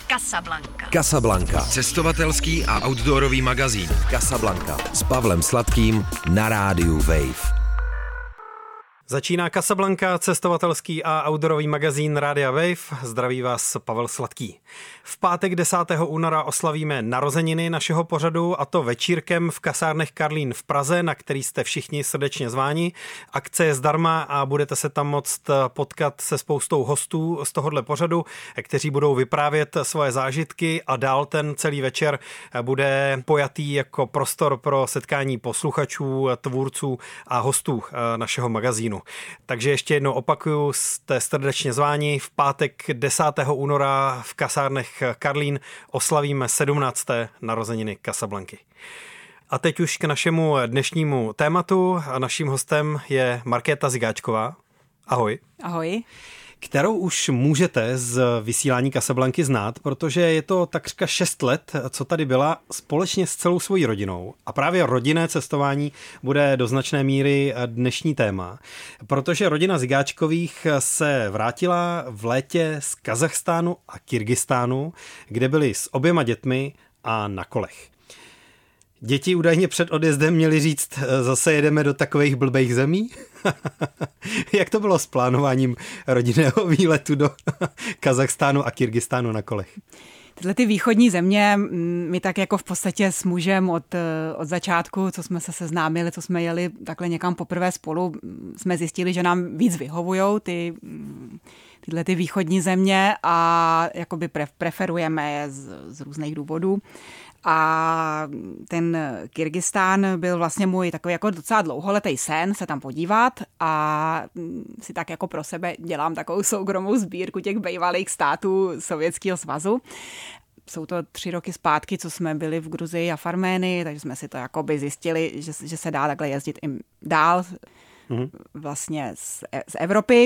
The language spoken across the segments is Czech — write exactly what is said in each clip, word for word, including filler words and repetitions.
Casablanca. Casablanca. Cestovatelský a outdoorový magazín. Casablanca. S Pavlem Sladkým na rádiu Wave. Začíná Casablanca, cestovatelský a outdoorový magazín Rádia Wave. Zdraví vás Pavel Sladký. V pátek desátého února oslavíme narozeniny našeho pořadu, a to večírkem v kasárnech Karlín v Praze, na který jste všichni srdečně zváni. Akce je zdarma a budete se tam moct potkat se spoustou hostů z tohohle pořadu, kteří budou vyprávět svoje zážitky, a dál ten celý večer bude pojatý jako prostor pro setkání posluchačů, tvůrců a hostů našeho magazínu. Takže ještě jednou opakuju, jste srdečně zváni. V pátek desátého února v kasárnech Karlín oslavíme sedmnácté narozeniny Casablanky. A teď už k našemu dnešnímu tématu. Naším hostem je Markéta Zigáčková. Ahoj. Ahoj. Kterou už můžete z vysílání Casablanky znát, protože je to takřka šest let, co tady byla společně s celou svojí rodinou. A právě rodinné cestování bude do značné míry dnešní téma, protože rodina Zigáčkových se vrátila v létě z Kazachstánu a Kyrgyzstánu, kde byli s oběma dětmi a na kolech. Děti údajně před odjezdem měli říct, zase jedeme do takových blbejch zemí? Jak to bylo s plánováním rodinného výletu do Kazachstánu a Kyrgyzstánu na kolech? Tyhle ty východní země, my tak jako v podstatě s mužem od, od začátku, co jsme se seznámili, co jsme jeli takhle někam poprvé spolu, jsme zjistili, že nám víc vyhovujou ty, tyhle ty východní země a jakoby preferujeme je z, z různých důvodů. A ten Kyrgyzstán byl vlastně můj takový jako docela dlouholetý sen se tam podívat, a si tak jako pro sebe dělám takovou soukromou sbírku těch bývalých států Sovětského svazu. Jsou to tři roky zpátky, co jsme byli v Gruzii a v Arménii, takže jsme si to jakoby zjistili, že, že se dá takhle jezdit i dál mm. vlastně z, z Evropy,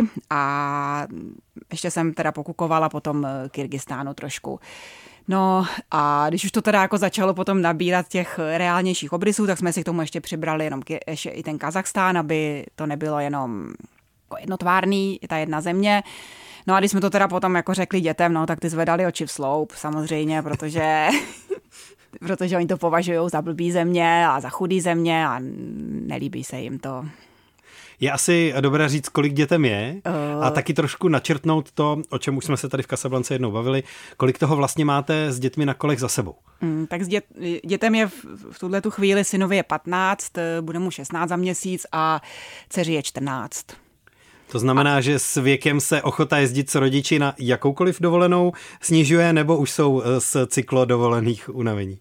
a ještě jsem teda pokukovala po tom Kyrgyzstánu trošku. No a když už to teda jako začalo potom nabírat těch reálnějších obrysů, tak jsme si k tomu ještě přibrali jenom ještě i ten Kazachstán, aby to nebylo jenom jako jednotvárný, ta jedna země. No a když jsme to teda potom jako řekli dětem, no tak ty zvedali oči v sloup samozřejmě, protože, protože oni to považují za blbý země a za chudý země a nelíbí se jim to. Je asi dobré říct, kolik dětem je, a taky trošku načrtnout to, o čem už jsme se tady v Casablance jednou bavili, kolik toho vlastně máte s dětmi na kolech za sebou. Mm, tak s dět, dětem je v, v tuhle tu chvíli synovi je patnáct, bude mu šestnáct za měsíc a dceři je čtrnáct. To znamená, a... že s věkem se ochota jezdit s rodiči na jakoukoliv dovolenou snižuje, nebo už jsou z cyklodovolených unavení?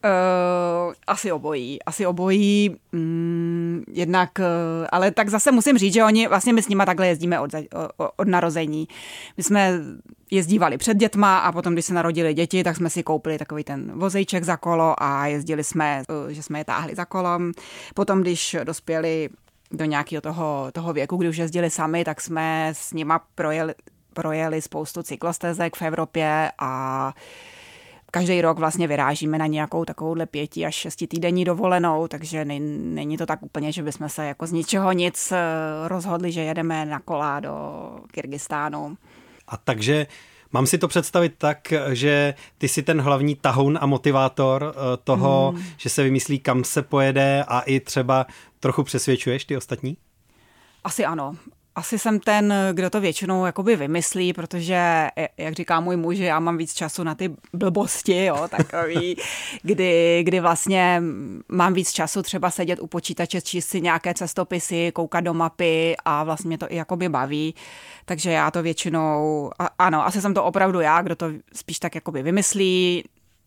Uh, asi obojí, asi obojí, mm, jednak, uh, ale tak zase musím říct, že oni, vlastně my s nima takhle jezdíme od, od, od narození. My jsme jezdívali před dětma a potom, když se narodili děti, tak jsme si koupili takový ten vozejček za kolo a jezdili jsme, uh, že jsme je táhli za kolem. Potom, když dospěli do nějakého toho, toho věku, kdy už jezdili sami, tak jsme s nima projeli, projeli spoustu cyklostezek v Evropě a každý rok vlastně vyrážíme na nějakou takovouhle pěti až šesti týdenní dovolenou, takže není to tak úplně, že bychom se jako z ničeho nic rozhodli, že jedeme na kola do Kyrgyzstánu. A takže mám si to představit tak, že ty jsi ten hlavní tahoun a motivátor toho, hmm. že se vymyslí, kam se pojede, a i třeba trochu přesvědčuješ ty ostatní? Asi ano. Asi jsem ten, kdo to většinou jakoby vymyslí, protože, jak říká můj muž, já mám víc času na ty blbosti, jo, takový, kdy, kdy vlastně mám víc času třeba sedět u počítače, číst si nějaké cestopisy, koukat do mapy, a vlastně mě to i jakoby baví. Takže já to většinou, ano, asi jsem to opravdu já, kdo to spíš tak jakoby vymyslí,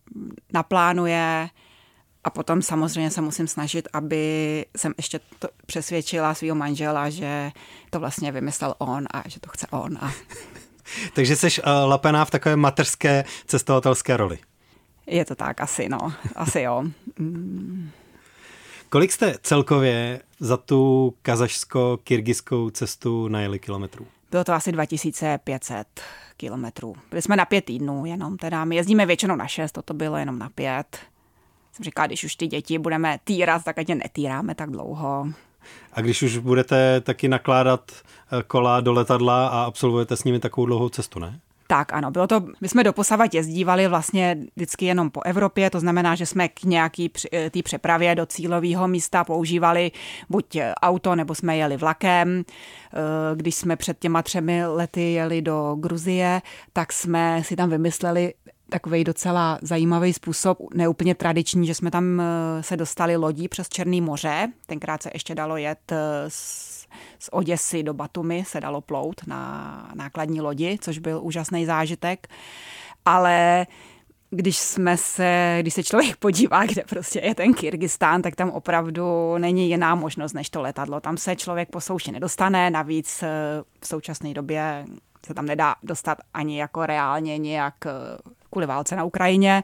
naplánuje. A potom samozřejmě se musím snažit, aby jsem ještě to přesvědčila svého manžela, že to vlastně vymyslel on a že to chce on. A... Takže jsi uh, lapená v takové mateřské cestovatelské roli. Je to tak, asi no, asi jo. Mm. Kolik jste celkově za tu kazašsko-kyrgyzskou cestu najeli kilometrů? Bylo to asi dva tisíce pět set kilometrů. Byli jsme na pět týdnů jenom, teda my jezdíme většinou na šest, toto bylo jenom na pět. Jsem říkala, když už ty děti budeme týrat, tak ať je netýráme tak dlouho. A když už budete taky nakládat kola do letadla a absolvujete s nimi takovou dlouhou cestu, ne? Tak ano, bylo to, my jsme doposavat jezdívali vlastně vždycky jenom po Evropě, to znamená, že jsme k nějaký té přepravě do cílového místa používali buď auto, nebo jsme jeli vlakem. Když jsme před těma třemi lety jeli do Gruzie, tak jsme si tam vymysleli takovej docela zajímavý způsob, neúplně tradiční, že jsme tam se dostali lodí přes Černé moře. Tenkrát se ještě dalo jet z, z Oděsy do Batumi, se dalo plout na nákladní lodi, což byl úžasný zážitek. Ale když jsme se, když se člověk podívá, kde prostě je ten Kyrgyzstán, tak tam opravdu není jiná možnost než to letadlo. Tam se člověk po souši nedostane, navíc v současné době se tam nedá dostat ani jako reálně nějak kvůli válce na Ukrajině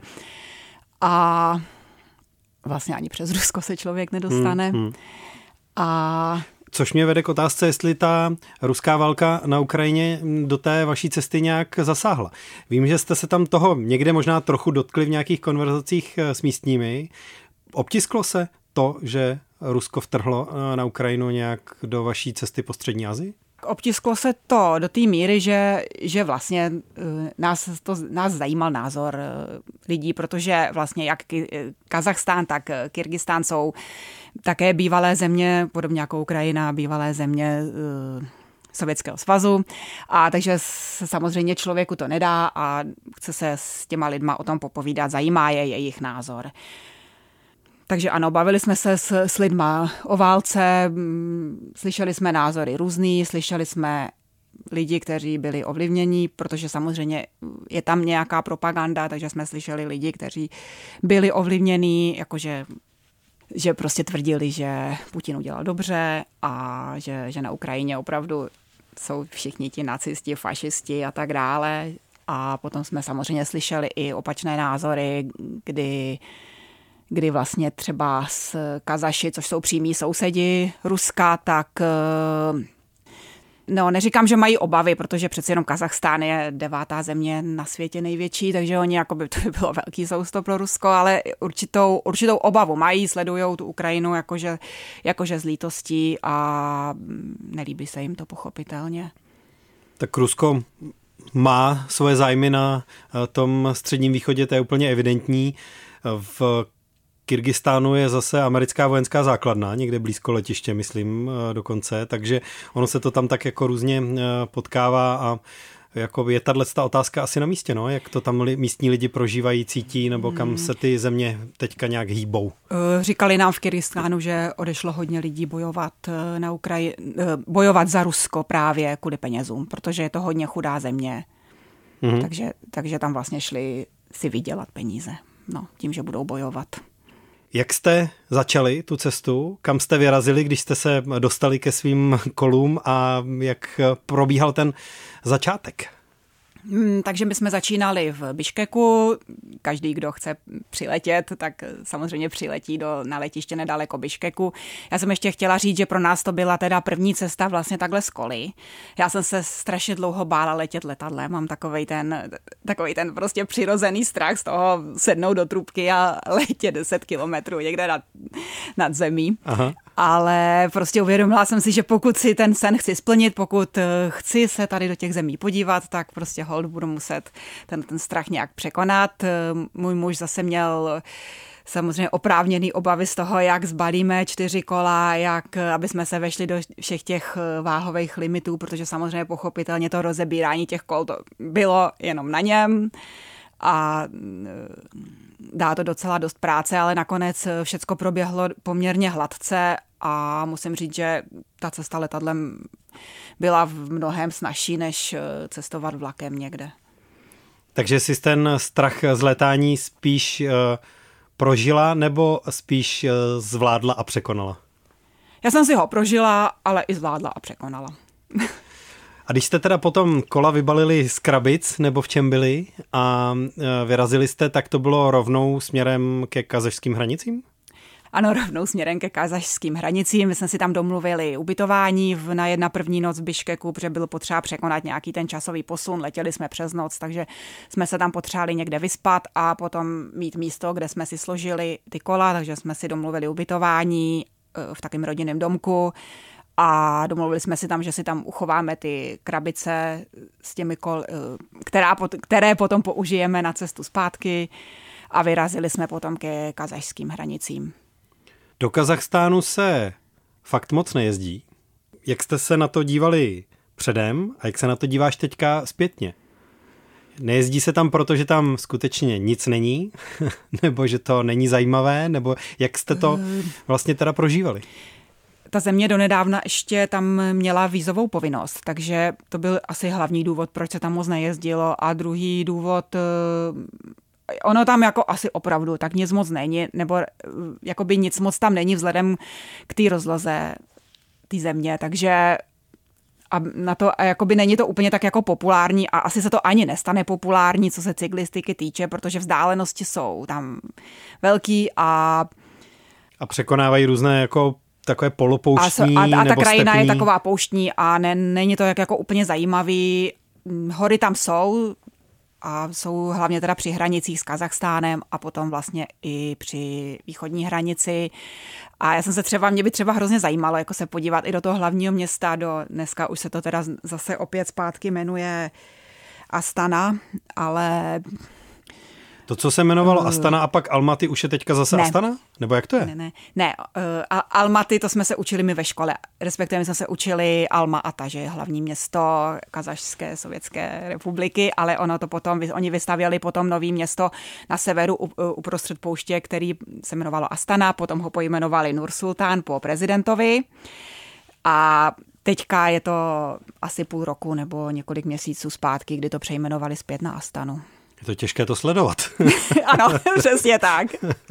a vlastně ani přes Rusko se člověk nedostane. Hmm, hmm. A což mě vede k otázce, jestli ta ruská válka na Ukrajině do té vaší cesty nějak zasáhla. Vím, že jste se tam toho někde možná trochu dotkli v nějakých konverzacích s místními. Obtisklo se to, že Rusko vtrhlo na Ukrajinu nějak do vaší cesty po střední Asii? Obtisklo se to do té míry, že, že vlastně nás, to, nás zajímal názor lidí, protože vlastně jak Kazachstán, tak Kyrgyzstán jsou také bývalé země, podobně jako Ukrajina, bývalé země Sovětského svazu. A takže se samozřejmě člověku to nedá a chce se s těma lidma o tom popovídat, zajímá je jejich názor. Takže ano, bavili jsme se s, s lidma o válce, slyšeli jsme názory různý, slyšeli jsme lidi, kteří byli ovlivnění, protože samozřejmě je tam nějaká propaganda, takže jsme slyšeli lidi, kteří byli ovlivnění, jakože že prostě tvrdili, že Putin udělal dobře a že, že na Ukrajině opravdu jsou všichni ti nacisti, fašisti a tak dále. A potom jsme samozřejmě slyšeli i opačné názory, kdy kdy vlastně třeba z Kazaši, což jsou přímí sousedi Ruska, tak no, neříkám, že mají obavy, protože přeci jenom Kazachstán je devátá země na světě největší, takže oni jakoby to by bylo velký sousto pro Rusko, ale určitou, určitou obavu mají, sledujou tu Ukrajinu jakože, jakože z lítostí a nelíbí se jim to pochopitelně. Tak Rusko má svoje zájmy na tom středním východě, to je úplně evidentní. V Kyrgyzstánu je zase americká vojenská základna, někde blízko letiště, myslím, dokonce, takže ono se to tam tak jako různě potkává a jako je tato otázka asi na místě, no? Jak to tam li, místní lidi prožívají, cítí, nebo kam se ty země teďka nějak hýbou? Říkali nám v Kyrgyzstánu, že odešlo hodně lidí bojovat na Ukraji, bojovat za Rusko právě kvůli penězům, protože je to hodně chudá země, mm-hmm. takže, takže tam vlastně šli si vydělat peníze, no, tím, že budou bojovat. Jak jste začali tu cestu? Kam jste vyrazili, když jste se dostali ke svým kolům a jak probíhal ten začátek? Hmm, takže my jsme začínali v Biškeku. Každý, kdo chce přiletět, tak samozřejmě přiletí do, na letiště nedaleko Biškeku. Já jsem ještě chtěla říct, že pro nás to byla teda první cesta vlastně takhle z koly. Já jsem se strašně dlouho bála letět letadlem. Mám takovej ten, takovej ten prostě přirozený strach z toho sednout do trubky a letět deset kilometrů někde nad, nad zemí. Aha. Ale prostě uvědomila jsem si, že pokud si ten sen chci splnit, pokud chci se tady do těch zemí podívat, tak prostě hold budu muset ten, ten strach nějak překonat. Můj muž zase měl samozřejmě oprávněný obavy z toho, jak zbalíme čtyři kola, jak, aby jsme se vešli do všech těch váhových limitů, protože samozřejmě pochopitelně to rozebírání těch kol to bylo jenom na něm a dá to docela dost práce, ale nakonec všecko proběhlo poměrně hladce a musím říct, že ta cesta letadlem byla v mnohem snazší, než cestovat vlakem někde. Takže jsi ten strach z letání spíš uh, prožila nebo spíš uh, zvládla a překonala? Já jsem si ho prožila, ale i zvládla a překonala. A když jste teda potom kola vybalili z krabic, nebo v čem byli a vyrazili jste, tak to bylo rovnou směrem ke kazašským hranicím? Ano, rovnou směrem ke kazašským hranicím. My jsme si tam domluvili ubytování v, na jedna první noc v Biškeku, protože bylo potřeba překonat nějaký ten časový posun. Letěli jsme přes noc, takže jsme se tam potřebovali někde vyspat a potom mít místo, kde jsme si složili ty kola, takže jsme si domluvili ubytování v takém rodinném domku. A domluvili jsme si tam, že si tam uchováme ty krabice s těmi kol, která, které potom použijeme na cestu zpátky a vyrazili jsme potom ke kazašským hranicím. Do Kazachstánu se fakt moc nejezdí. Jak jste se na to dívali předem a jak se na to díváš teďka zpětně? Nejezdí se tam proto, že tam skutečně nic není? Nebo že to není zajímavé? Nebo jak jste to vlastně teda prožívali? Ta země donedávna ještě tam měla vízovou povinnost, takže to byl asi hlavní důvod, proč se tam moc nejezdilo. A druhý důvod, ono tam jako asi opravdu tak nic moc není, nebo jakoby nic moc tam není vzhledem k té rozloze té země, takže a na to, a jakoby není to úplně tak jako populární a asi se to ani nestane populární, co se cyklistiky týče, protože vzdálenosti jsou tam velký a... A překonávají různé jako takové polopouštní a, a, a nebo ta krajina stepní. Je taková pouštní a ne, není to jak jako úplně zajímavý. Hory tam jsou a jsou hlavně teda při hranicích s Kazachstánem a potom vlastně i při východní hranici. A já jsem se třeba, mě by třeba hrozně zajímalo, jako se podívat i do toho hlavního města, do, dneska už se to teda zase opět zpátky jmenuje Astana, ale... To, co se jmenovalo Astana a pak Almaty, už je teďka zase ne. Astana? Nebo jak to je? Ne, ne, ne. Uh, Almaty, to jsme se učili my ve škole, respektive my jsme se učili Alma-Ata, že je hlavní město Kazašské sovětské republiky, ale ono to potom, oni vystavěli potom nový město na severu uprostřed pouště, který se jmenovalo Astana, potom ho pojmenovali Nursultán po prezidentovi a teďka je to asi půl roku nebo několik měsíců zpátky, kdy to přejmenovali zpět na Astanu. Je to těžké to sledovat. Ano, přesně tak.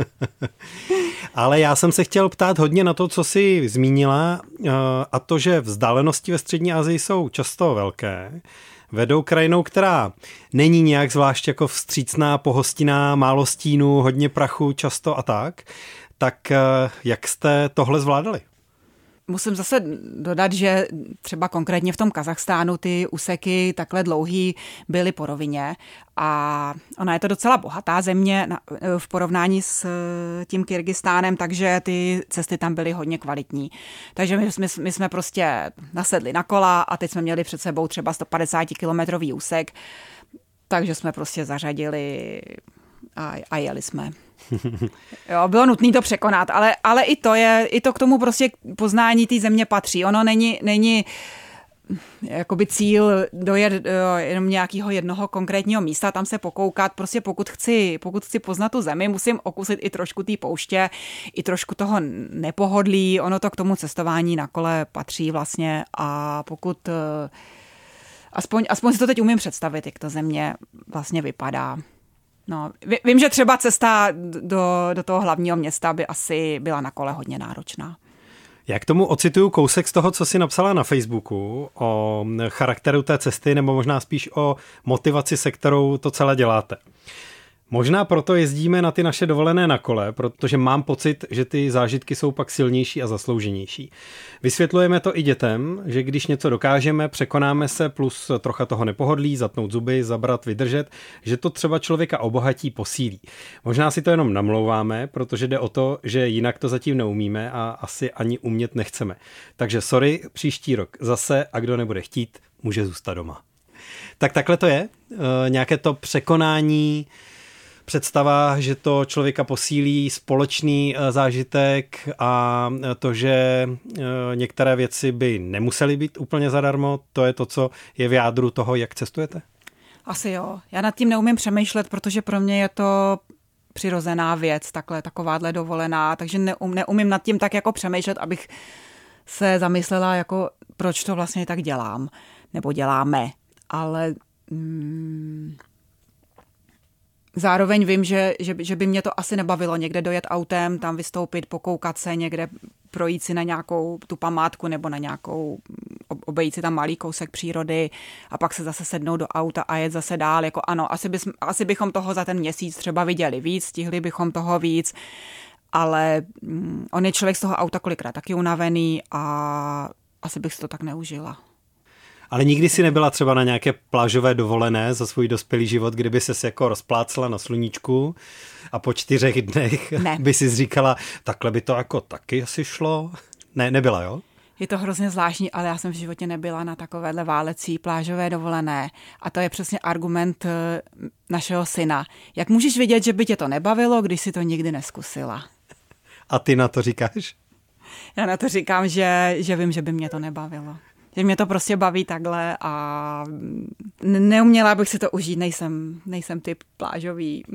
Ale já jsem se chtěl ptát hodně na to, co jsi zmínila, a to, že vzdálenosti ve střední Asii jsou často velké, vedou krajinou, která není nějak zvlášť jako vstřícná, pohostinná, málo stínu, hodně prachu často a tak. Tak jak jste tohle zvládali? Musím zase dodat, že třeba konkrétně v tom Kazachstánu ty úseky takhle dlouhý byly po rovině a ona je to docela bohatá země v porovnání s tím Kyrgyzstánem, takže ty cesty tam byly hodně kvalitní. Takže my, my, my jsme prostě nasedli na kola a teď jsme měli před sebou třeba sto padesát kilometrový úsek, takže jsme prostě zařadili a, a jeli jsme. Jo, bylo nutné to překonat, ale, ale i to je, i to k tomu prostě poznání té země patří. Ono není, není jakoby cíl dojet do jenom nějakého jednoho konkrétního místa, tam se pokoukat. Prostě pokud chci, pokud chci poznat tu zemi, musím okusit i trošku té pouště, i trošku toho nepohodlí. Ono to k tomu cestování na kole patří vlastně a pokud aspoň, aspoň si to teď umím představit, jak ta země vlastně vypadá. No, vím, že třeba cesta do, do toho hlavního města by asi byla na kole hodně náročná. Já k tomu ocituju kousek z toho, co jsi napsala na Facebooku o charakteru té cesty, nebo možná spíš o motivaci, se kterou to celé děláte. Možná proto jezdíme na ty naše dovolené na kole, protože mám pocit, že ty zážitky jsou pak silnější a zaslouženější. Vysvětlujeme to i dětem, že když něco dokážeme, překonáme se plus trocha toho nepohodlí, zatnout zuby, zabrat, vydržet, že to třeba člověka obohatí, posílí. Možná si to jenom namlouváme, protože jde o to, že jinak to zatím neumíme a asi ani umět nechceme. Takže sorry, příští rok zase a kdo nebude chtít, může zůstat doma. Tak takhle to je. E, nějaké to překonání, představa, že to člověka posílí, společný zážitek a to, že některé věci by nemusely být úplně zadarmo, to je to, co je v jádru toho, jak cestujete? Asi jo. Já nad tím neumím přemýšlet, protože pro mě je to přirozená věc, takhle, takováhle dovolená, takže neum, neumím nad tím tak jako přemýšlet, abych se zamyslela, jako proč to vlastně tak dělám, nebo děláme, ale... Mm, zároveň vím, že, že, že by mě to asi nebavilo někde dojet autem, tam vystoupit, pokoukat se někde, projít si na nějakou tu památku nebo na nějakou, obejít si tam malý kousek přírody a pak se zase sednout do auta a jet zase dál. Jako ano, asi, bys, asi bychom toho za ten měsíc třeba viděli víc, stihli bychom toho víc, ale mm, on je člověk z toho auta kolikrát taky unavený a asi bych si to tak neužila. Ale nikdy si nebyla třeba na nějaké plážové dovolené za svůj dospělý život, kdyby ses jako rozplácela na sluníčku a po čtyřech dnech ne. by si říkala, takhle by to jako taky asi šlo? Ne, nebyla, jo? Je to hrozně zvláštní, ale já jsem v životě nebyla na takovéhle válecí plážové dovolené. A to je přesně argument našeho syna. Jak můžeš vědět, že by tě to nebavilo, když si to nikdy neskusila? A ty na to říkáš? Já na to říkám, že, že vím, že by mě to nebavilo. Že mě to prostě baví takhle a neuměla bych si to užít, nejsem, nejsem typ plážový.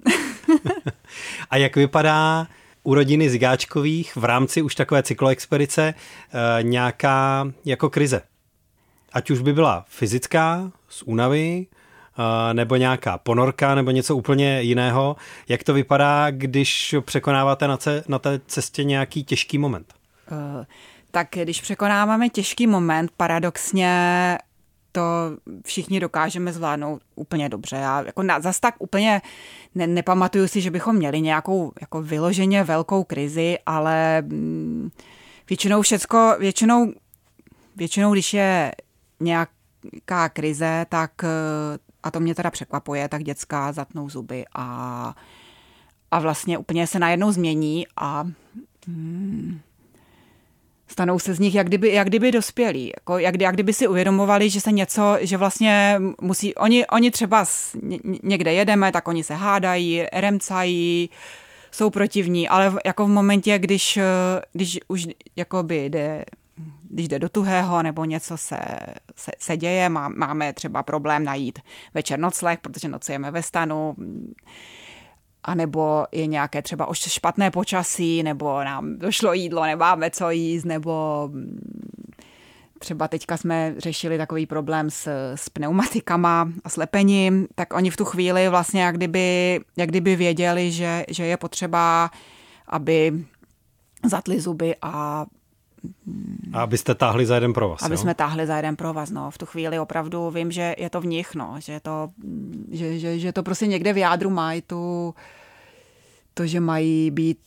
A jak vypadá u rodiny Zygáčkových v rámci už takové cykloexpedice e, nějaká jako krize? Ať už by byla fyzická, z únavy, e, nebo nějaká ponorka, nebo něco úplně jiného. Jak to vypadá, když překonáváte na, ce, na té cestě nějaký těžký moment? Uh, tak když překonáváme těžký moment, paradoxně to všichni dokážeme zvládnout úplně dobře. Já jako na, zas tak úplně ne, nepamatuju si, že bychom měli nějakou jako vyloženě velkou krizi, ale mm, většinou všecko, většinou, většinou, když je nějaká krize, tak, a to mě teda překvapuje, tak děcka zatnou zuby a, a vlastně úplně se najednou změní a mm, stanou se z nich, jak kdyby, jak kdyby dospělí. Jako, jak, jak kdyby si uvědomovali, že se něco, že vlastně musí, oni, oni třeba někde jedeme, tak oni se hádají, remcají, jsou protivní, ale jako v momentě, když, když už jakoby jde, když jde do tuhého nebo něco se, se, se děje, má, máme třeba problém najít večer nocleh, protože nocujeme ve stanu, a nebo je nějaké třeba už špatné počasí, nebo nám došlo jídlo, nemáme co jíst, nebo třeba teďka jsme řešili takový problém s, s pneumatikama a slepením, tak oni v tu chvíli vlastně jak kdyby, jak kdyby věděli, že, že je potřeba, aby zatli zuby a A abyste táhli za jeden provaz, Aby jo? jsme táhli za jeden provaz, no. V tu chvíli opravdu vím, že je to v nich, no. Že to, že, že, že to prostě někde v jádru mají tu, to, že mají být...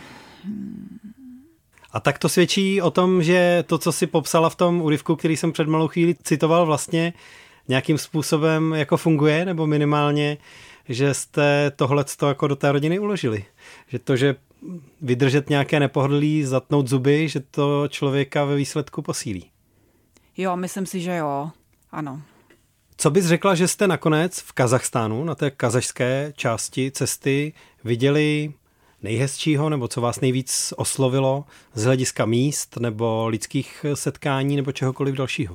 A tak to svědčí o tom, že to, co si popsala v tom úryvku, který jsem před malou chvíli citoval, vlastně nějakým způsobem jako funguje, nebo minimálně, že jste tohleto jako do té rodiny uložili. Že to, že vydržet nějaké nepohodlí, zatnout zuby, že to člověka ve výsledku posílí. Jo, myslím si, že jo. Ano. Co bys řekla, že jste nakonec v Kazachstánu, na té kazašské části cesty, viděli nejhezčího, nebo co vás nejvíc oslovilo z hlediska míst, nebo lidských setkání, nebo čehokoliv dalšího?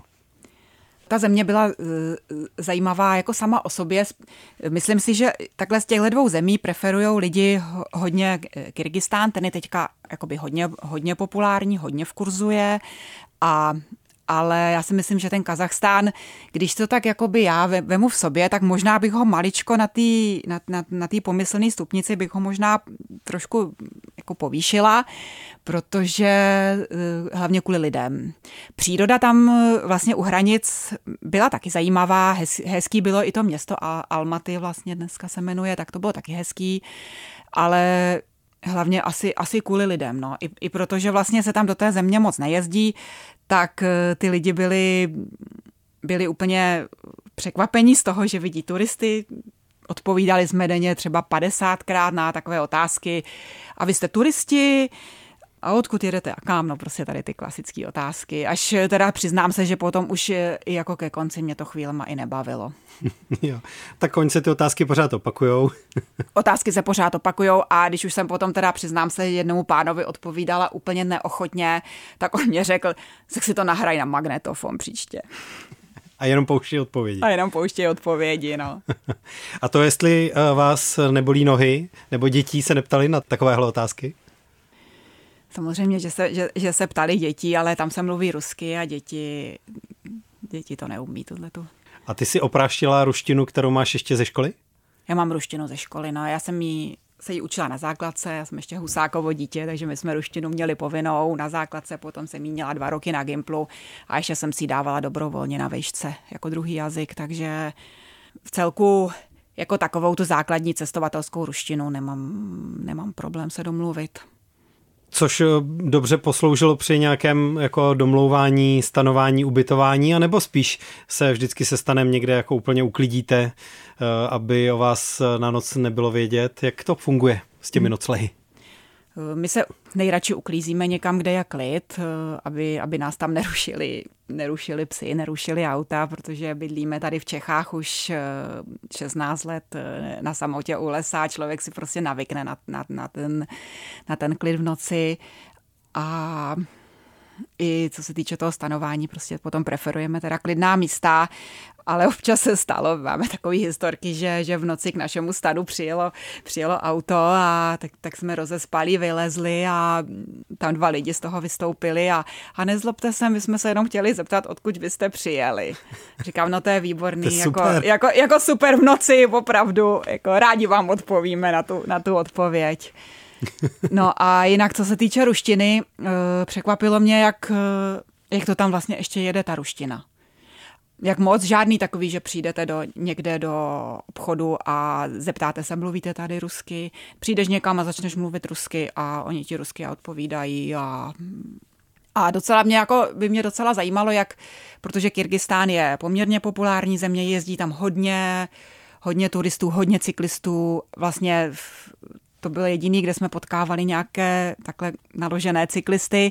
Ta země byla uh, zajímavá jako sama o sobě. Myslím si, že takhle z těchto dvou zemí preferují lidi hodně Kyrgyzstán, ten je teďka jakoby hodně, hodně populární, hodně vkurzuje, a ale já si myslím, že ten Kazachstán, když to tak jakoby já vemu v sobě, tak možná bych ho maličko na té na, na, na pomyslné stupnici bych ho možná trošku jako povýšila, protože hlavně kvůli lidem. Příroda tam vlastně u hranic byla taky zajímavá, hez, hezký bylo i to město Almaty vlastně dneska se jmenuje, tak to bylo taky hezký, ale hlavně asi, asi kvůli lidem, no. I, I protože vlastně se tam do té země moc nejezdí, tak ty lidi byli, byli úplně překvapení z toho, že vidí turisty. Odpovídali jsme denně třeba padesátkrát na takové otázky. A vy jste turisti? A odkud jedete a kam? No prostě tady ty klasické otázky. Až teda přiznám se, že potom už i jako ke konci mě to chvílema i nebavilo. Jo, tak konce ty otázky pořád opakujou. Otázky se pořád opakujou a když už jsem potom teda přiznám se jednomu pánovi odpovídala úplně neochotně, tak on mě řekl, tak si to nahraj na magnetofon příště. A jenom pouští odpovědi. A jenom pouští odpovědi, no. A to, jestli vás nebolí nohy, nebo dětí se neptali na takovéhle otázky? Samozřejmě, že se, že, že se ptali děti, ale tam se mluví rusky a děti, děti to neumí, tohleto. A ty si opráštila ruštinu, kterou máš ještě ze školy? Já mám ruštinu ze školy, no. Já jsem jí, se jí učila na základce, já jsem ještě Husákovo dítě, takže my jsme ruštinu měli povinnou na základce, potom jsem jí měla dva roky na Gimplu a ještě jsem si ji dávala dobrovolně na vejšce jako druhý jazyk, takže v celku jako takovou tu základní cestovatelskou ruštinu nemám, nemám problém se domluvit. Což dobře posloužilo při nějakém jako domlouvání, stanování, ubytování, anebo spíš se vždycky se stanem někde jako úplně uklidíte, aby o vás na noc nebylo vědět. Jak to funguje s těmi noclehy? My se nejradši uklízíme někam, kde je klid, aby, aby nás tam nerušili, nerušili psy, nerušili auta, protože bydlíme tady v Čechách už šestnáct let na samotě u lesa. Člověk si prostě navykne na, na, na, ten, na ten klid v noci a i co se týče toho stanování, prostě potom preferujeme teda klidná místa, ale občas se stalo, máme takové historky, že, že v noci k našemu stanu přijelo, přijelo auto a tak, tak jsme rozespali, vylezli a tam dva lidi z toho vystoupili a, a nezlobte se, my jsme se jenom chtěli zeptat, odkud byste přijeli. Říkám, no to je výborný, to je jako, super. Jako, jako, jako super v noci, opravdu, jako rádi vám odpovíme na tu, na tu odpověď. No a jinak, co se týče ruštiny, překvapilo mě, jak, jak to tam vlastně ještě jede ta ruština. Jak moc, žádný takový, že přijdete do, někde do obchodu a zeptáte se, mluvíte tady rusky, přijdeš někam a začneš mluvit rusky a oni ti rusky odpovídají a, a docela mě jako, by mě docela zajímalo, jak, protože Kyrgyzstán je poměrně populární země, jezdí tam hodně, hodně turistů, hodně cyklistů, vlastně to byl jediný, kde jsme potkávali nějaké takhle naložené cyklisty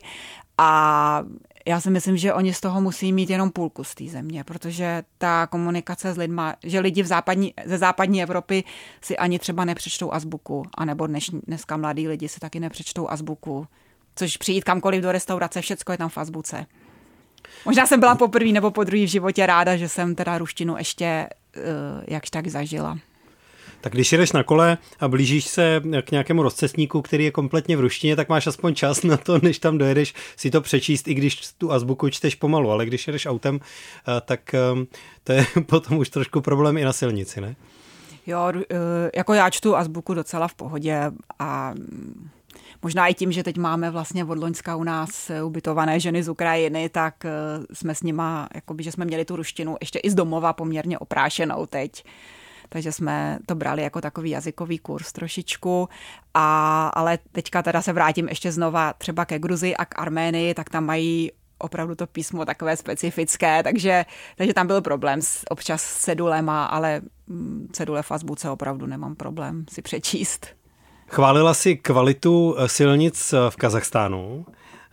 a já si myslím, že oni z toho musí mít jenom půlku z té země, protože ta komunikace s lidma, že lidi v západní, ze západní Evropy si ani třeba nepřečtou azbuku, anebo dneš, dneska mladí lidi si taky nepřečtou azbuku, což přijít kamkoliv do restaurace, všecko je tam v azbuce. Možná jsem byla poprvé nebo po druhý v životě ráda, že jsem teda ruštinu ještě uh, jakž tak zažila. Tak když jedeš na kole a blížíš se k nějakému rozcestníku, který je kompletně v ruštině, tak máš aspoň čas na to, než tam dojedeš, si to přečíst, i když tu azbuku čteš pomalu, ale když jedeš autem, tak to je potom už trošku problém i na silnici, ne? Jo, jako já čtu azbuku docela v pohodě a možná i tím, že teď máme vlastně od loňska u nás ubytované ženy z Ukrajiny, tak jsme s nima, jakoby, že jsme měli tu ruštinu ještě i z domova poměrně oprášenou teď. Takže jsme to brali jako takový jazykový kurz trošičku, a, ale teďka teda se vrátím ještě znova třeba ke Gruzii a k Arménii, tak tam mají opravdu to písmo takové specifické, takže, takže tam byl problém s, občas s cedulema, ale cedule v azbuce opravdu nemám problém si přečíst. Chválila si kvalitu silnic v Kazachstánu.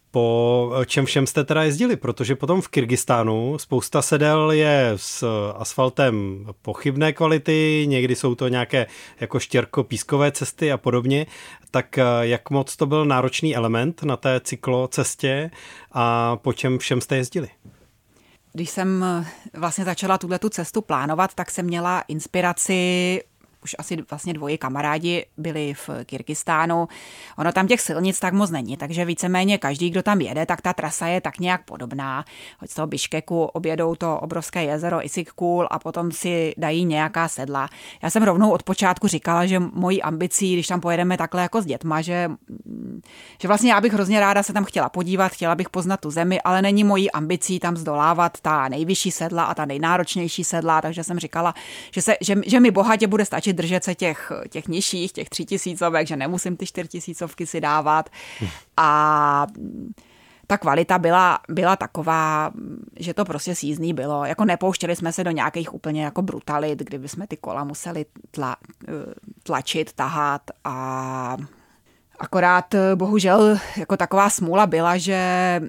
Po čem všem jste teda jezdili? Protože potom v Kyrgyzstánu spousta sedel je s asfaltem pochybné kvality, někdy jsou to nějaké jako štěrko-pískové cesty a podobně. Tak jak moc to byl náročný element na té cyklocestě a po čem všem jste jezdili? Když jsem vlastně začala tuhletu cestu plánovat, tak jsem měla inspiraci, už asi vlastně dvoji kamarádi byli v Kyrgyzstánu. Ono tam těch silnic tak moc není, takže víceméně každý, kdo tam jede, tak ta trasa je tak nějak podobná. Od toho Biškeku objedou to obrovské jezero Issyk-Kul a potom si dají nějaká sedla. Já jsem rovnou od počátku říkala, že mojí ambicí, když tam pojedeme takhle jako s dětma, že, že vlastně já bych hrozně ráda se tam chtěla podívat, chtěla bych poznat tu zemi, ale není mojí ambicí tam zdolávat ta nejvyšší sedla a ta nejnáročnější sedla, takže jsem říkala, že, se, že, že mi bohatě bude stačit držet se těch, těch nižších, těch tři tisícovek, že nemusím ty čtyři tisícovky si dávat. A ta kvalita byla, byla taková, že to prostě sízný bylo. Jako nepouštěli jsme se do nějakých úplně jako brutalit, kdyby jsme ty kola museli tla, tlačit, tahat a akorát bohužel jako taková smůla byla, že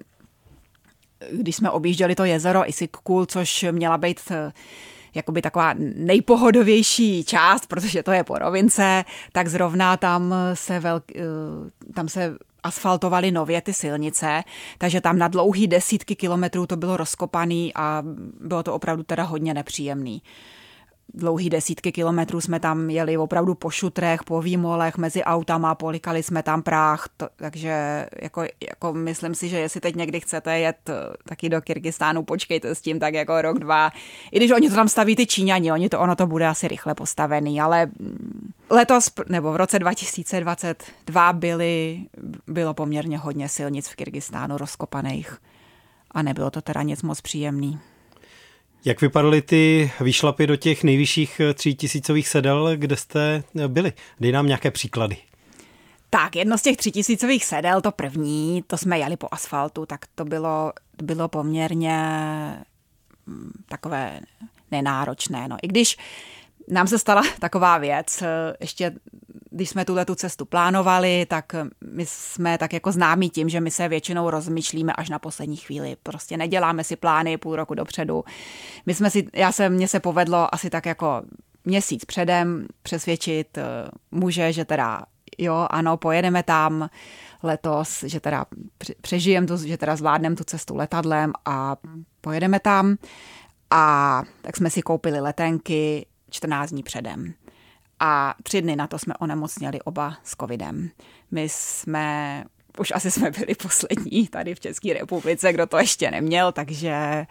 když jsme objížděli to jezero Issyk-Kul, což měla být jakoby taková nejpohodovější část, protože to je po rovince, tak zrovna tam se, velk, tam se asfaltovaly nově ty silnice, takže tam na dlouhý desítky kilometrů to bylo rozkopaný a bylo to opravdu teda hodně nepříjemný. Dlouhý desítky kilometrů jsme tam jeli opravdu po šutrech, po výmolech, mezi autama, polikali jsme tam práh, to, takže jako, jako myslím si, že jestli teď někdy chcete jet taky do Kyrgyzstánu, počkejte s tím tak jako rok, dva. I když oni to tam staví ty Číňani, oni to, ono to bude asi rychle postavený, ale letos, nebo v roce dva tisíce dvacet dva byly, bylo poměrně hodně silnic v Kyrgyzstánu rozkopaných a nebylo to teda nic moc příjemný. Jak vypadaly ty výšlapy do těch nejvyšších třítisícových sedel, kde jste byli? Dej nám nějaké příklady. Tak, jedno z těch třítisícových sedel, to první, to jsme jeli po asfaltu, tak to bylo, bylo poměrně takové nenáročné. No. I když nám se stala taková věc, ještě když jsme tuhletu cestu plánovali, tak my jsme tak jako známí tím, že my se většinou rozmýšlíme až na poslední chvíli. Prostě neděláme si plány půl roku dopředu. My jsme si, já se, mně se povedlo asi tak jako měsíc předem přesvědčit muže, že teda jo, ano, pojedeme tam letos, že teda přežijeme to, že teda zvládneme tu cestu letadlem a pojedeme tam. A tak jsme si koupili letenky čtrnáct dní předem. A tři dny na to jsme onemocněli oba s covidem. My jsme, už asi jsme byli poslední tady v České republice, kdo to ještě neměl, takže,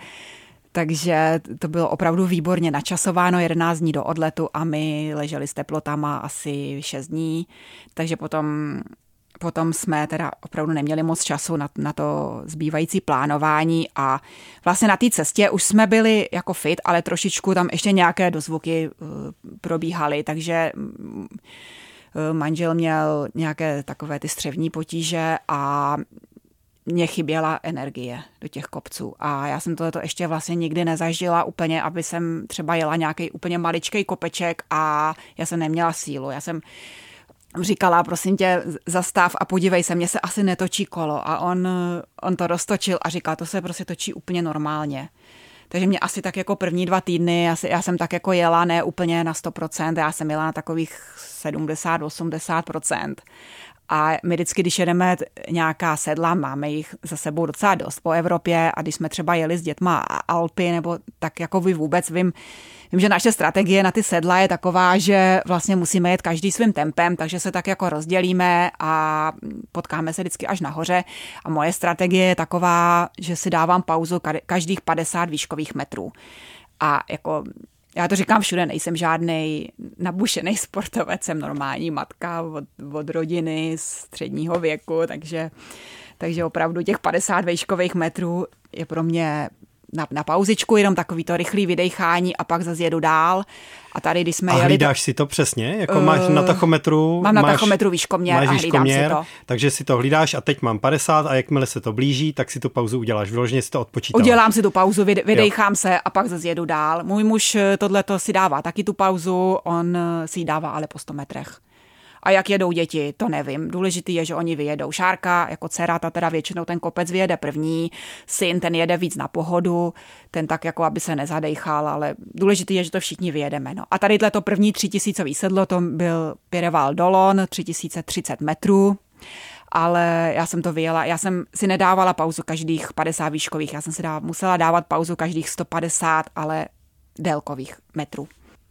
takže to bylo opravdu výborně načasováno, jedenáct dní do odletu a my leželi s teplotama asi šest dní, takže potom... Potom jsme teda opravdu neměli moc času na, na to zbývající plánování a vlastně na té cestě už jsme byli jako fit, ale trošičku tam ještě nějaké dozvuky uh, probíhaly, takže uh, manžel měl nějaké takové ty střevní potíže a mně chyběla energie do těch kopců a já jsem tohleto ještě vlastně nikdy nezažila úplně, aby jsem třeba jela nějaký úplně maličkej kopeček a já jsem neměla sílu, já jsem říkala, prosím tě, zastav a podívej se, mně se asi netočí kolo. A on, on to roztočil a říkal, to se prostě točí úplně normálně. Takže mě asi tak jako první dva týdny, asi, já jsem tak jako jela, ne úplně na sto procent, já jsem jela na takových sedmdesát osmdesát procent. A my vždycky, když jedeme nějaká sedla, máme jich za sebou docela dost po Evropě a když jsme třeba jeli s dětma Alpy, nebo tak jako vy vůbec vím, vím, že naše strategie na ty sedla je taková, že vlastně musíme jet každý svým tempem, takže se tak jako rozdělíme a potkáme se vždycky až nahoře. A moje strategie je taková, že si dávám pauzu každých padesát výškových metrů. A jako... Já to říkám všude, nejsem žádnej nabušený sportovec, jsem normální matka od, od rodiny středního věku, takže, takže opravdu těch padesát výškových metrů je pro mě na, na pauzičku, jenom takový to rychlý vydechání a pak zase jedu dál. A tady, když jsme a jeli... hlídáš si to přesně? Jako uh, máš na tachometru? Mám na máš, tachometru výškoměr a hlídám výškoměr, si to. Takže si to hlídáš a teď mám padesát a jakmile se to blíží, tak si tu pauzu uděláš. Vyloženě si to odpočítáš. Udělám si tu pauzu, vydechám se a pak zase jedu dál. Můj muž tohleto si dává taky tu pauzu, on si ji dává ale po sto metrech. A jak jedou děti, to nevím. Důležitý je, že oni vyjedou. Šárka, jako dcera, ta teda většinou ten kopec vyjede první, syn, ten jede víc na pohodu, ten tak jako, aby se nezadejchal, ale důležitý je, že to všichni vyjedeme. No. A tady to první třitisícový sedlo, to byl Pireval Dolon, tři tisíce třicet metrů, ale já jsem to vyjela, já jsem si nedávala pauzu každých padesát výškových, já jsem si dávala, musela dávat pauzu každých sto padesát, ale délkových metrů.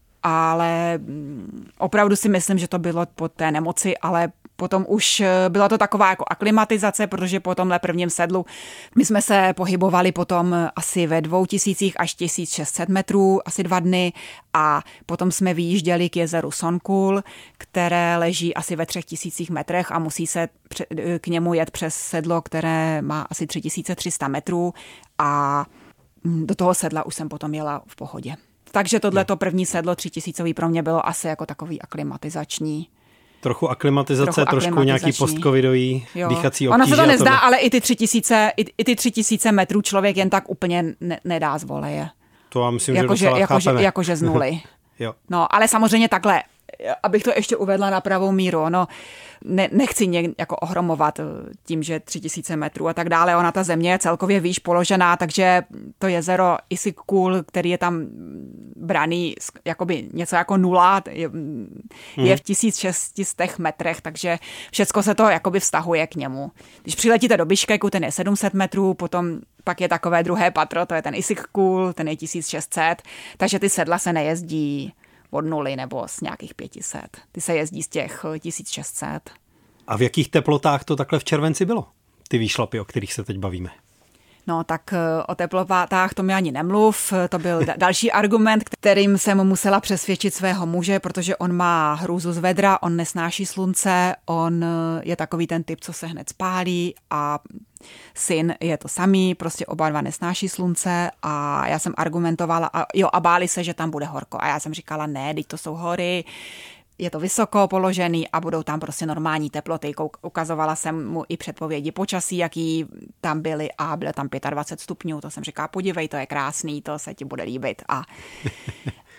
Ale opravdu si myslím, že to bylo po té nemoci, ale potom už byla to taková jako aklimatizace, protože po tomhle prvním sedlu my jsme se pohybovali potom asi ve dvou tisících až tisíc šest set metrů, asi dva dny a potom jsme vyjížděli k jezeru Sonkul, které leží asi ve třech tisících metrech a musí se k němu jet přes sedlo, které má asi tři tisíce tři sta metrů a do toho sedla už jsem potom jela v pohodě. Takže tohleto první sedlo třitisícový pro mě bylo asi jako takový aklimatizační. Trochu aklimatizace, trochu, trošku nějaký postcovidový dýchací obtíže. Ono se to nezdá, ale i ty tři tisíce, i, i ty tři tisíce metrů člověk jen tak úplně ne, nedá z voleje. To já myslím, jako, že docela jako, chápeme. Jakože z nuly. Jo. No, ale samozřejmě takhle, abych to ještě uvedla na pravou míru, no, ne, nechci nějak jako ohromovat tím, že tři tisíce metrů a tak dále, ona ta země je celkově výš položená, takže to jezero Isyk-Kul, který je tam braný jakoby něco jako nula, je, hmm. je v tisíc šest set metrech, takže všecko se to jakoby vztahuje k němu. Když přiletíte do Biškeku, ten je sedm set metrů, potom pak je takové druhé patro, to je ten Isyk-Kul, ten je tisíc šest set, takže ty sedla se nejezdí od nuly nebo z nějakých pět set. Ty se jezdí z těch tisíc šest set. A v jakých teplotách to takhle v červenci bylo? Ty výšlapy, o kterých se teď bavíme. No tak o teplotách to mi ani nemluv. To byl další argument, kterým jsem musela přesvědčit svého muže, protože on má hrůzu z vedra, on nesnáší slunce, on je takový ten typ, co se hned spálí a syn je to samý, prostě oba dva nesnáší slunce a já jsem argumentovala a jo a báli se, že tam bude horko a já jsem říkala ne, teď to jsou hory, je to vysoko položený a budou tam prostě normální teploty. Ukazovala jsem mu i předpovědi počasí, jaký tam byly a bylo tam dvacet pět stupňů. To jsem říkala, podívej, to je krásný, to se ti bude líbit. A,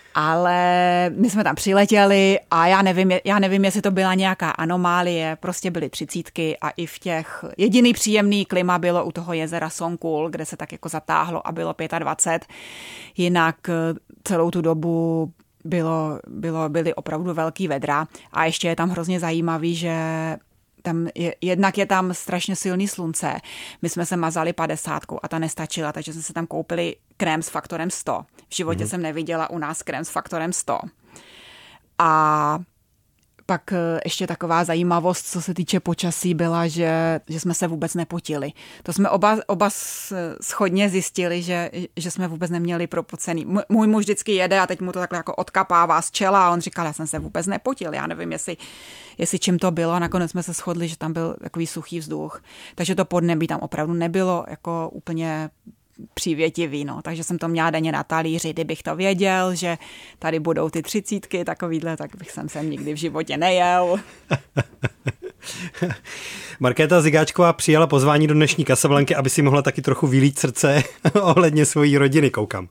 Ale my jsme tam přiletěli a já nevím, já nevím, jestli to byla nějaká anomálie, prostě byly třicítky a i v těch, jediný příjemný klima bylo u toho jezera Songkhul, kde se tak jako zatáhlo a bylo dvacet pět, jinak celou tu dobu bylo, bylo, byly opravdu velký vedra a ještě je tam hrozně zajímavý, že tam je, jednak je tam strašně silný slunce. My jsme se mazali padesátkou a ta nestačila, takže jsme se tam koupili krém s faktorem sto. V životě mm-hmm. jsem neviděla u nás krém s faktorem sto. A pak ještě taková zajímavost, co se týče počasí, byla, že, že jsme se vůbec nepotili. To jsme oba, oba shodně zjistili, že, že jsme vůbec neměli propocený. Můj muž vždycky jede a teď mu to takhle jako odkapává z čela a on říkal, já jsem se vůbec nepotil. Já nevím, jestli, jestli čím to bylo. Nakonec jsme se shodli, že tam byl takový suchý vzduch. Takže to podnebí tam opravdu nebylo jako úplně přívětivý, no. Takže jsem to měla denně na talíři, kdybych to věděl, že tady budou ty třicítky takovýhle, tak bych sem sem nikdy v životě nejel. Markéta Zygáčková přijala pozvání do dnešní Casablanky, aby si mohla taky trochu vylít srdce ohledně svojí rodiny, koukám.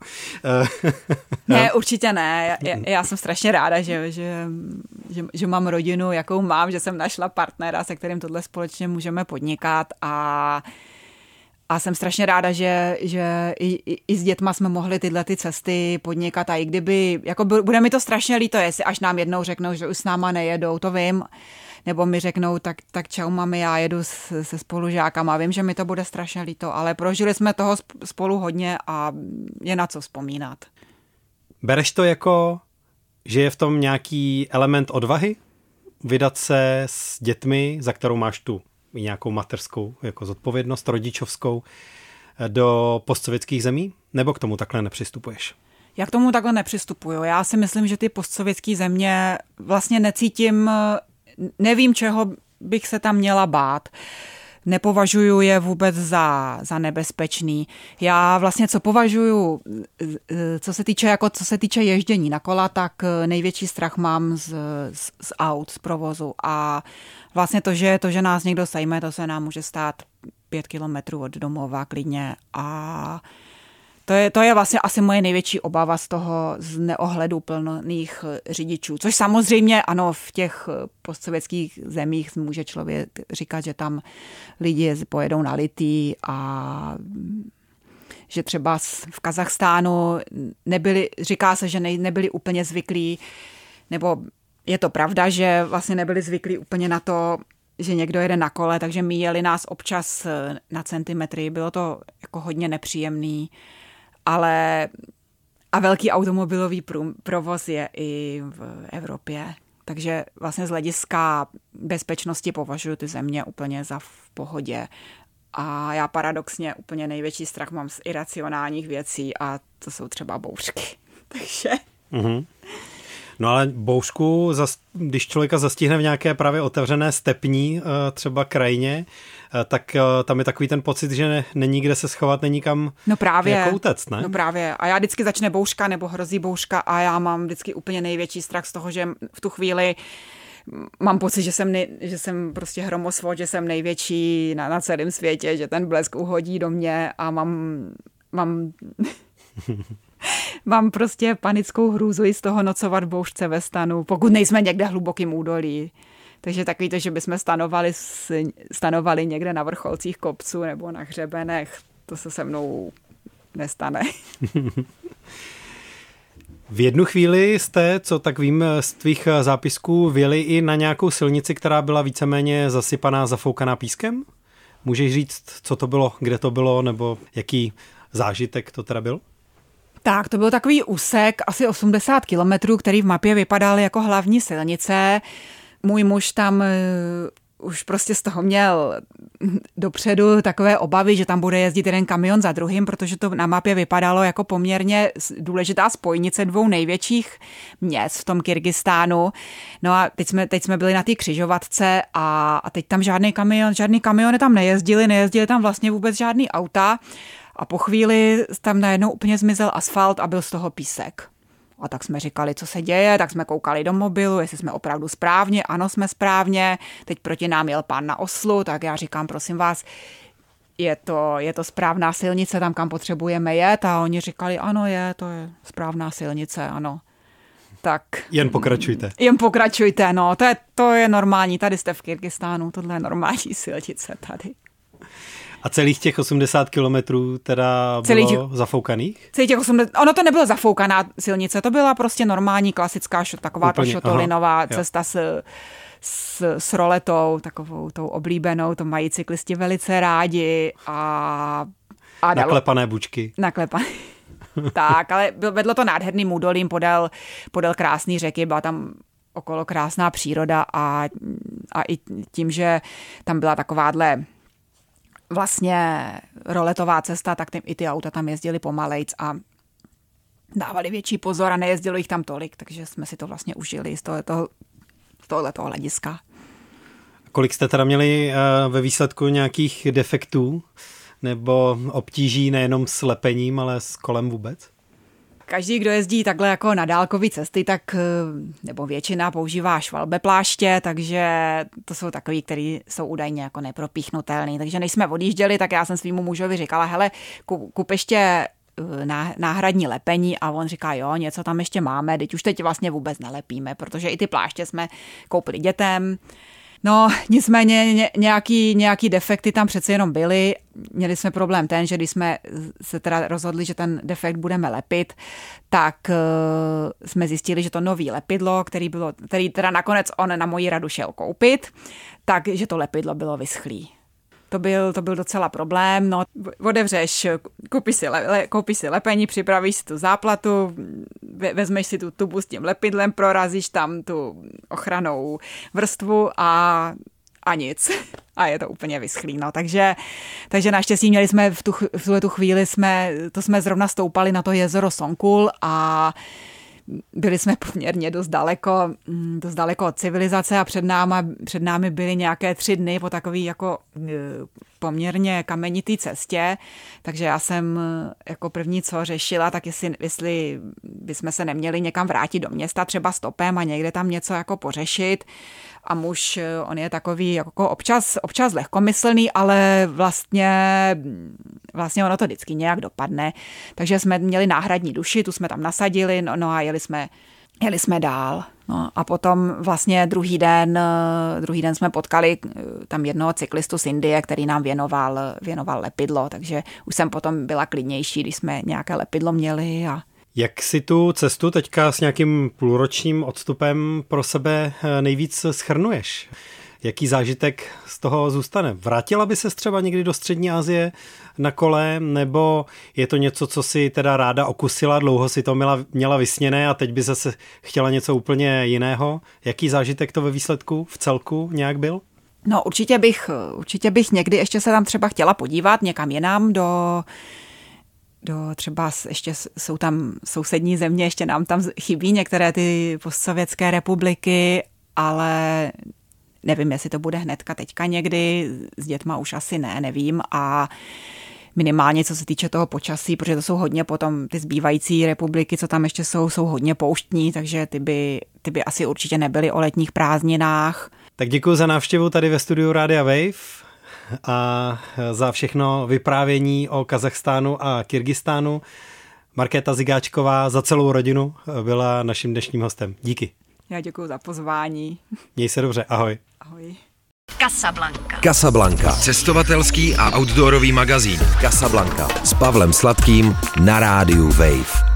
Ne, určitě ne. Já, já jsem strašně ráda, že, že, že, že mám rodinu, jakou mám, že jsem našla partnera, se kterým tohle společně můžeme podnikat a A jsem strašně ráda, že, že i, i, i s dětma jsme mohli tyhle ty cesty podnikat a i kdyby, jako bude mi to strašně líto, jestli až nám jednou řeknou, že už s náma nejedou, to vím, nebo mi řeknou, tak, tak čau mami, já jedu se, se spolužákama, vím, že mi to bude strašně líto, ale prožili jsme toho spolu hodně a je na co vzpomínat. Bereš to jako, že je v tom nějaký element odvahy? Vydat se s dětmi, za kterou máš tu i nějakou mateřskou jako zodpovědnost rodičovskou do postsovětských zemí? Nebo k tomu takhle nepřistupuješ? Já k tomu takhle nepřistupuju. Já si myslím, že ty postsovětské země vlastně necítím, nevím, čeho bych se tam měla bát. Nepovažuju je vůbec za, za nebezpečný. Já vlastně, co považuju, co se týče, jako, co se týče ježdění na kola, tak největší strach mám z, z, z aut, z provozu. A vlastně to, že, to, že nás někdo sejme, to se nám může stát pět kilometrů od domova klidně. A to je, to je vlastně asi moje největší obava z toho, z neohleduplných řidičů. Což samozřejmě, ano, v těch postsovětských zemích může člověk říkat, že tam lidi pojedou na litý a že třeba v Kazachstánu nebyli, říká se, že ne, nebyli úplně zvyklí, nebo je to pravda, že vlastně nebyli zvyklí úplně na to, že někdo jede na kole, takže míjeli nás občas na centimetry. Bylo to jako hodně nepříjemný. Ale a velký automobilový provoz je i v Evropě. Takže vlastně z hlediska bezpečnosti považuji ty země úplně za v pohodě. A já paradoxně úplně největší strach mám z iracionálních věcí a to jsou třeba bouřky. Takže... Mm-hmm. No ale bouřku, když člověka zastihne v nějaké právě otevřené stepní třeba krajině, tak tam je takový ten pocit, že není kde se schovat, není kam no právě, jako utect, ne? No právě. A já vždycky začne bouřka nebo hrozí bouřka a já mám vždycky úplně největší strach z toho, že v tu chvíli mám pocit, že jsem, nej, že jsem prostě hromosvod, že jsem největší na, na celém světě, že ten blesk uhodí do mě a mám... mám Mám prostě panickou hrůzu i z toho nocovat v bouřce ve stanu, pokud nejsme někde hlubokým údolí. Takže takový to, že bychom stanovali, stanovali někde na vrcholcích kopců nebo na hřebenech, to se se mnou nestane. V jednu chvíli jste, co tak vím z tvých zápisků, vyjeli i na nějakou silnici, která byla víceméně zasypaná, zafoukaná pískem? Můžeš říct, co to bylo, kde to bylo, nebo jaký zážitek to teda byl? Tak, to byl takový úsek, asi osmdesát kilometrů, který v mapě vypadal jako hlavní silnice. Můj muž tam už prostě z toho měl dopředu takové obavy, že tam bude jezdit jeden kamion za druhým, protože to na mapě vypadalo jako poměrně důležitá spojnice dvou největších měst v tom Kyrgyzstánu. No a teď jsme, teď jsme byli na té křižovatce a, a teď tam žádný kamion, žádný kamiony tam nejezdili, nejezdili tam vlastně vůbec žádný auta. A po chvíli tam najednou úplně zmizel asfalt a byl z toho písek. A tak jsme říkali, co se děje, tak jsme koukali do mobilu, jestli jsme opravdu správně. Ano, jsme správně. Teď proti nám jel pán na oslu, tak já říkám, prosím vás, je to, je to správná silnice tam, kam potřebujeme jet? A oni říkali, ano, je, to je správná silnice, ano. tak... Jen pokračujte. Jen pokračujte, no, to je, to je normální, tady jste v Kyrgyzstánu, tohle je normální silnice tady. A celých těch osmdesát kilometrů teda celý bylo těch, zafoukaných? Celých těch osmdesát, ono to nebylo zafoukaná silnice, to byla prostě normální, klasická, taková ta šotolinová cesta s, s, s roletou, takovou tou oblíbenou, to mají cyklisti velice rádi a... a naklepané bučky. Naklepané. Tak, ale vedlo to nádherným údolím, podél, podél krásný řeky, byla tam okolo krásná příroda a, a i tím, že tam byla takováhle vlastně roletová cesta, tak tím, i ty auta tam jezdily pomalejc a dávali větší pozor a nejezdilo jich tam tolik, takže jsme si to vlastně užili z tohoto, z tohoto hlediska. Kolik jste teda měli ve výsledku nějakých defektů nebo obtíží nejenom s lepením, ale s kolem vůbec? Každý, kdo jezdí takhle jako na dálkové cesty, tak nebo většina používá švalbe pláště, takže to jsou takový, který jsou údajně jako nepropíchnutelný. Takže než jsme odjížděli, tak já jsem svýmu mužovi říkala, hele, kup ještě náhradní lepení a on říká, jo, něco tam ještě máme, teď už teď vlastně vůbec nelepíme, protože i ty pláště jsme koupili dětem. No, nicméně nějaký, nějaký defekty tam přece jenom byly. Měli jsme problém ten, že když jsme se teda rozhodli, že ten defekt budeme lepit, tak uh, jsme zjistili, že to nový lepidlo, který, bylo, který teda nakonec on na moji radu šel koupit, takže to lepidlo bylo vyschlý. To byl, to byl docela problém, no, otevřeš, koupíš si, le, koupíš si lepení, připravíš si tu záplatu, vezmeš si tu tubu s tím lepidlem, prorazíš tam tu ochranou vrstvu a, a nic. A je to úplně vyschlý, no, takže, takže naštěstí měli jsme v tu, v tuhle tu chvíli, jsme, to jsme zrovna stoupali na to jezero Songkul a byli jsme poměrně dost daleko, dost daleko od civilizace a před námi, před námi byly nějaké tři dny po takový jako poměrně kamenitý cestě, takže já jsem jako první co řešila, tak jestli, jestli bychom se neměli někam vrátit do města třeba stopem a někde tam něco jako pořešit. A muž, on je takový jako občas, občas lehkomyslný, ale vlastně, vlastně ono to vždycky nějak dopadne. Takže jsme měli náhradní duši, tu jsme tam nasadili, no, no a jeli jsme, jeli jsme dál. No a potom vlastně druhý den, druhý den jsme potkali tam jednoho cyklistu z Indie, který nám věnoval, věnoval lepidlo, takže už jsem potom byla klidnější, když jsme nějaké lepidlo měli a jak si tu cestu teďka s nějakým půlročním odstupem pro sebe nejvíc shrnuješ? Jaký zážitek z toho zůstane? Vrátila by ses třeba někdy do Střední Asie na kole, nebo je to něco, co si teda ráda okusila, dlouho si to měla, měla vysněné a teď by zase chtěla něco úplně jiného? Jaký zážitek to ve výsledku v celku nějak byl? No určitě bych, určitě bych někdy ještě se tam třeba chtěla podívat někam jinam do... do třeba ještě jsou tam sousední země, ještě nám tam chybí některé ty postsovětské republiky, ale nevím, jestli to bude hnedka teďka někdy, s dětma už asi ne, nevím a minimálně co se týče toho počasí, protože to jsou hodně potom ty zbývající republiky, co tam ještě jsou, jsou hodně pouštní, takže ty by, ty by asi určitě nebyly o letních prázdninách. Tak děkuji za návštěvu tady ve studiu Rádia Wave a za všechno vyprávění o Kazachstánu a Kyrgyzstánu. Markéta Zigáčková za celou rodinu byla naším dnešním hostem. Díky. Já děkuji za pozvání. Měj se dobře, ahoj. Ahoj. Casablanca. Casablanca. Cestovatelský a outdoorový magazín. Casablanca s Pavlem Sladkým na rádiu Wave.